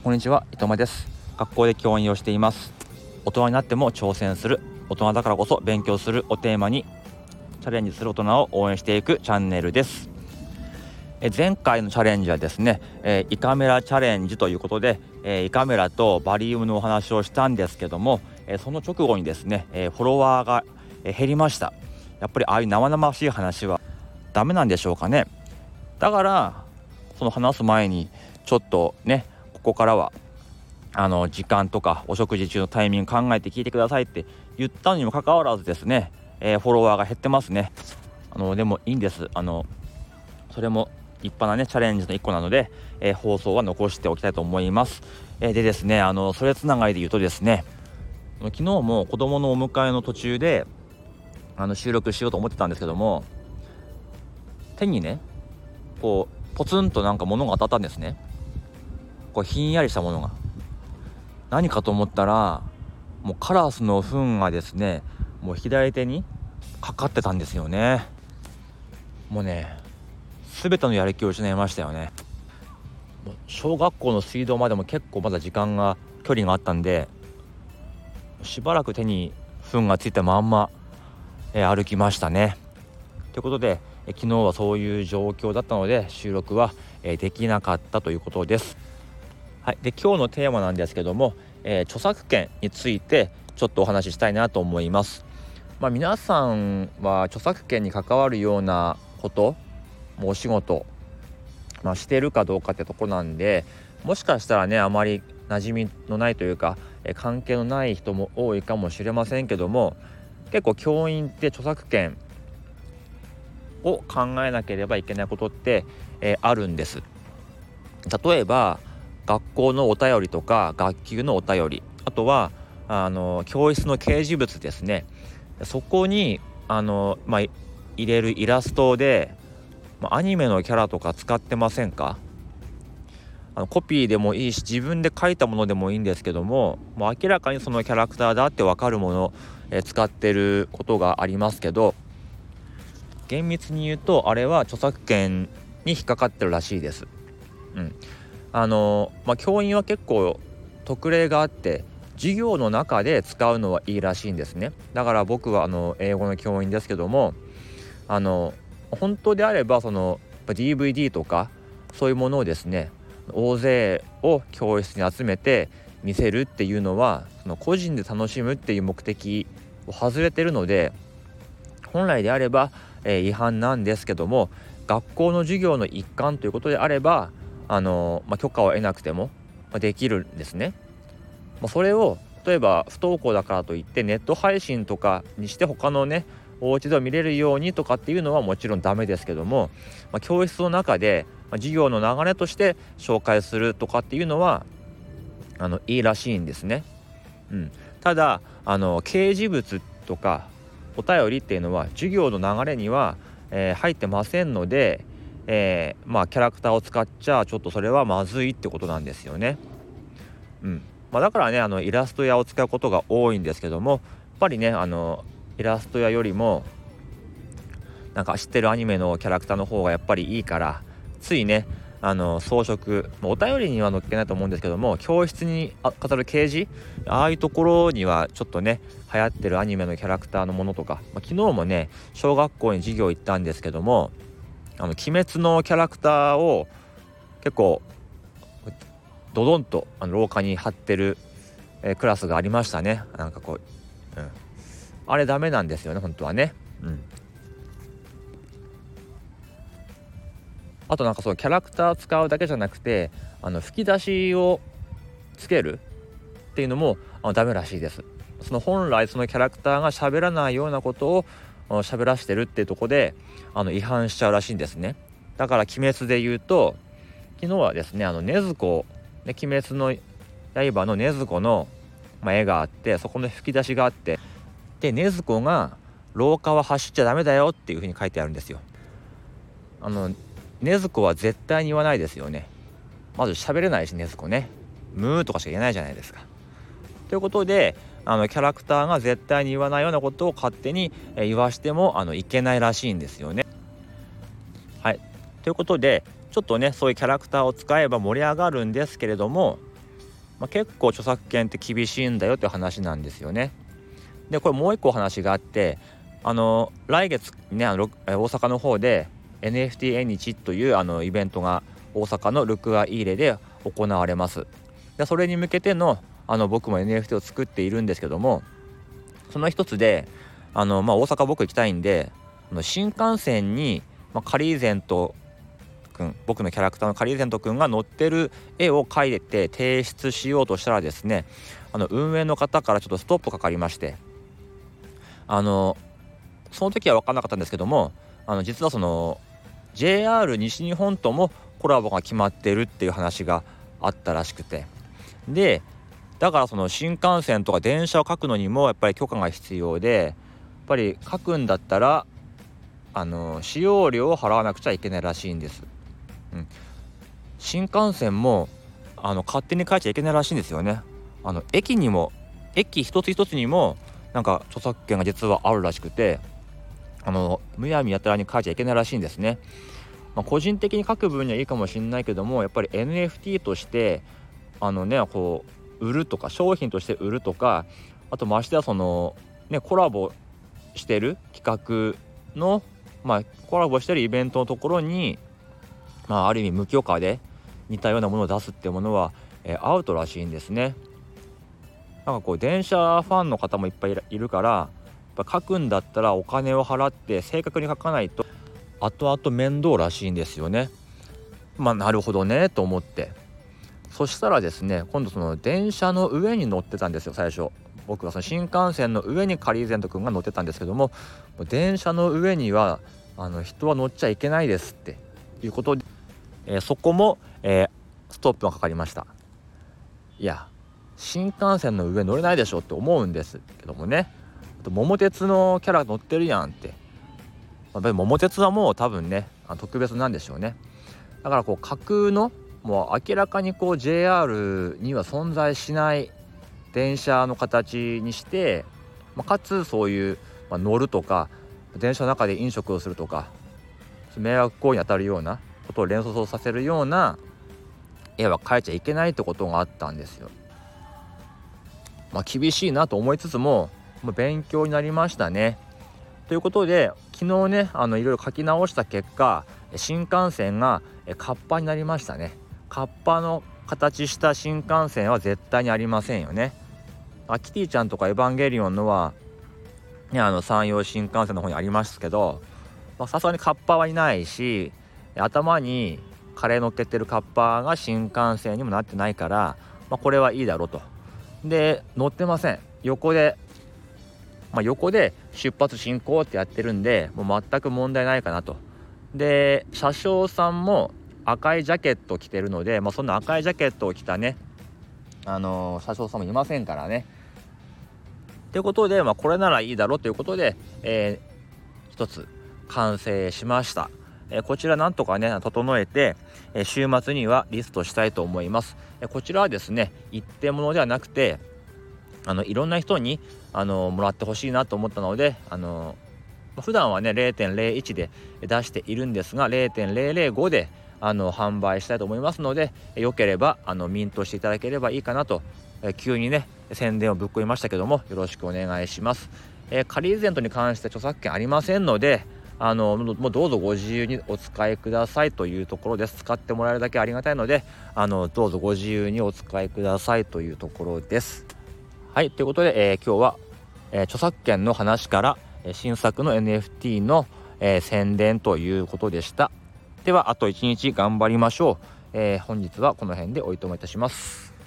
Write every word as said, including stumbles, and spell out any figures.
こんにちは、伊藤間です。学校で教員をしています。大人になっても挑戦する、大人だからこそ勉強するをテーマにチャレンジする大人を応援していくチャンネルです。え前回のチャレンジはですね、えー、胃カメラチャレンジということで、えー、胃カメラとバリウムのお話をしたんですけども、えー、その直後にですね、えー、フォロワーが、えー、減りました。やっぱりああいう生々しい話はダメなんでしょうかね。だからその話す前にちょっとね、ここからはあの時間とかお食事中のタイミング考えて聞いてくださいって言ったのにもかかわらずですね、えー、フォロワーが減ってますね。あのでもいいんです。あのそれも立派なねチャレンジの一個なので、えー、放送は残しておきたいと思います。えー、でですね、あのそれつながりで言うとですね、昨日も子供のお迎えの途中であの収録しようと思ってたんですけども、手にねこうポツンとなんか物が当たったんですね。こうひんやりしたものが、何かと思ったらもうカラスの糞がですね、もう左手にかかってたんですよね。もうね、全てのやる気を失いましたよね。もう小学校の水道までも結構まだ時間が距離があったんで、しばらく手に糞がついたまんま、えー、歩きましたね。ということで、え昨日はそういう状況だったので収録は、えー、できなかったということです。はい、で今日のテーマなんですけども、えー、著作権についてちょっとお話ししたいなと思います。まあ、皆さんは著作権に関わるようなこともお仕事、まあ、しているかどうかってとこなんで、もしかしたらねあまり馴染みのないというか、えー、関係のない人も多いかもしれませんけども、結構教員って著作権を考えなければいけないことって、えー、あるんです。例えば学校のお便りとか学級のお便り、あとはあの教室の掲示物ですね。そこにあの、まあ、入れるイラストで、まあ、アニメのキャラとか使ってませんか？あのコピーでもいいし自分で書いたものでもいいんですけども、もう明らかにそのキャラクターだって分かるもの、えー、使ってることがありますけど、厳密に言うとあれは著作権に引っかかってるらしいです。うんあのまあ、教員は結構特例があって授業の中で使うのはいいらしいんですね。だから僕はあの英語の教員ですけども、あの本当であればその ディーブイディー とかそういうものをですね、大勢を教室に集めて見せるっていうのはその個人で楽しむっていう目的を外れてるので、本来であれば、えー、違反なんですけども、学校の授業の一環ということであればあの、まあ、許可を得なくてもできるんですね。まあ、それを例えば不登校だからといってネット配信とかにして他のねお家で見れるようにとかっていうのはもちろんダメですけども、まあ、教室の中で、まあ、授業の流れとして紹介するとかっていうのはあのいいらしいんですね。うん、ただあの掲示物とかお便りっていうのは授業の流れには、えー、入ってませんので、えー、まあキャラクターを使っちゃちょっとそれはまずいってことなんですよね。うんまあ、だからねあのイラスト屋を使うことが多いんですけども、やっぱりねあのイラスト屋よりもなんか知ってるアニメのキャラクターの方がやっぱりいいから、ついねあの装飾、お便りには載っけないと思うんですけども、教室に飾る掲示、ああいうところにはちょっとね流行ってるアニメのキャラクターのものとか、まあ、昨日もね小学校に授業行ったんですけども、あの鬼滅のキャラクターを結構ドドンとあの廊下に貼ってる、えー、クラスがありましたね。なんかこう、うん、あれダメなんですよね本当はね。うんあとなんかそうキャラクター使うだけじゃなくて、あの吹き出しをつけるっていうのもあのダメらしいです。その本来そのキャラクターが喋らないようなことを喋らせてるっていうところであの違反しちゃうらしいんですね。だから鬼滅で言うと、昨日はですねあの禰豆子、ね、鬼滅の刃の禰豆子の、まあ、絵があって、そこの吹き出しがあって、で禰豆子が廊下は走っちゃダメだよっていう風に書いてあるんですよ。あの禰豆子は絶対に言わないですよね。まず喋れないし禰豆子ね、ムーとかしか言えないじゃないですか。ということであのキャラクターが絶対に言わないようなことを勝手に言わしてもあのいけないらしいんですよね。はいということでちょっとねそういうキャラクターを使えば盛り上がるんですけれども、 まあ、結構著作権って厳しいんだよっていう話なんですよね。でこれもう一個話があって、あの来月ね、あの大阪の方で エヌエフティー 縁日というあのイベントが大阪のルクアイーレで行われます。でそれに向けてのあの僕も エヌエフティー を作っているんですけども、その一つであの、まあ、大阪僕行きたいんで、あの新幹線に、まあ、カリーゼントくん、僕のキャラクターのカリーゼントくんが乗ってる絵を描いて提出しようとしたらですね、あの運営の方からちょっとストップかかりまして、あのその時は分からなかったんですけども、あの実はその ジェイアール 西日本ともコラボが決まってるっていう話があったらしくて、でだからその新幹線とか電車を書くのにもやっぱり許可が必要で、やっぱり書くんだったらあの使用料を払わなくちゃいけないらしいんです、うん、新幹線もあの勝手に書いちゃいけないらしいんですよね。あの駅にも駅一つ一つにもなんか著作権が実はあるらしくて、あのむやみやたらに書いちゃいけないらしいんですね。まあ、個人的に書く分にはいいかもしれないけども、やっぱり エヌエフティー としてあのねこう売るとか商品として売るとか、あとましてはそのねコラボしてる企画のまあコラボしてるイベントのところに、まあある意味無許可で似たようなものを出すっていうものは、えー、アウトらしいんですね。なんかこう電車ファンの方もいっぱいいるから、やっぱ書くんだったらお金を払って正確に書かないと後々面倒らしいんですよね。まあなるほどねと思って、そしたらですね、今度その電車の上に乗ってたんですよ。最初僕はその新幹線の上にカリーゼント君が乗ってたんですけども、電車の上にはあの人は乗っちゃいけないですっていうことで、えー、そこも、えー、ストップがかかりました。いや新幹線の上乗れないでしょって思うんですけどもね、あと桃鉄のキャラ乗ってるやんって、まあ、桃鉄はもう多分ね特別なんでしょうね。だからこう架空のもう明らかにこう ジェイアール には存在しない電車の形にして、まあ、かつそういう、まあ、乗るとか電車の中で飲食をするとか迷惑行為に当たるようなことを連想させるような絵は描いちゃいけないってことがあったんですよ。まあ厳しいなと思いつつも、まあ、勉強になりましたね。ということで昨日ねあのいろいろ書き直した結果、新幹線がカッパになりましたね。カッパの形した新幹線は絶対にありませんよね。あキティちゃんとかエヴァンゲリオンのは、ね、あの山陽新幹線の方にありますけど、さすがにカッパはいないし、頭にカレー乗っけてるカッパが新幹線にもなってないから、まあ、これはいいだろうと。で乗ってません。横で、まあ、横で出発進行ってやってるんで、もう全く問題ないかなと。で車掌さんも赤いジャケットを着てるので、まあ、そんな赤いジャケットを着たねあのー、車掌さんもいませんからね。ということで、まあ、これならいいだろうということで、えー、一つ完成しました。えー、こちらなんとかね整えて、えー、週末にはリストしたいと思います。えー、こちらはですね一点物ではなくて、あのいろんな人にあのもらってほしいなと思ったので、あの普段はね ゼロてんゼロいち で出しているんですが ゼロてんゼロゼロご であの販売したいと思いますので、よければあのミントしていただければいいかなと、え急にね宣伝をぶっ込みましたけども、よろしくお願いします。えー、カリーゼントに関して著作権ありませんので、あのもうどうぞご自由にお使いくださいというところです。使ってもらえるだけありがたいので、あのどうぞご自由にお使いくださいというところです。はい、ということで、えー、今日は、えー、著作権の話から、えー、新作の エヌエフティー の、えー、宣伝ということでした。ではあといちにち頑張りましょう。えー、本日はこの辺でおいとまいたします。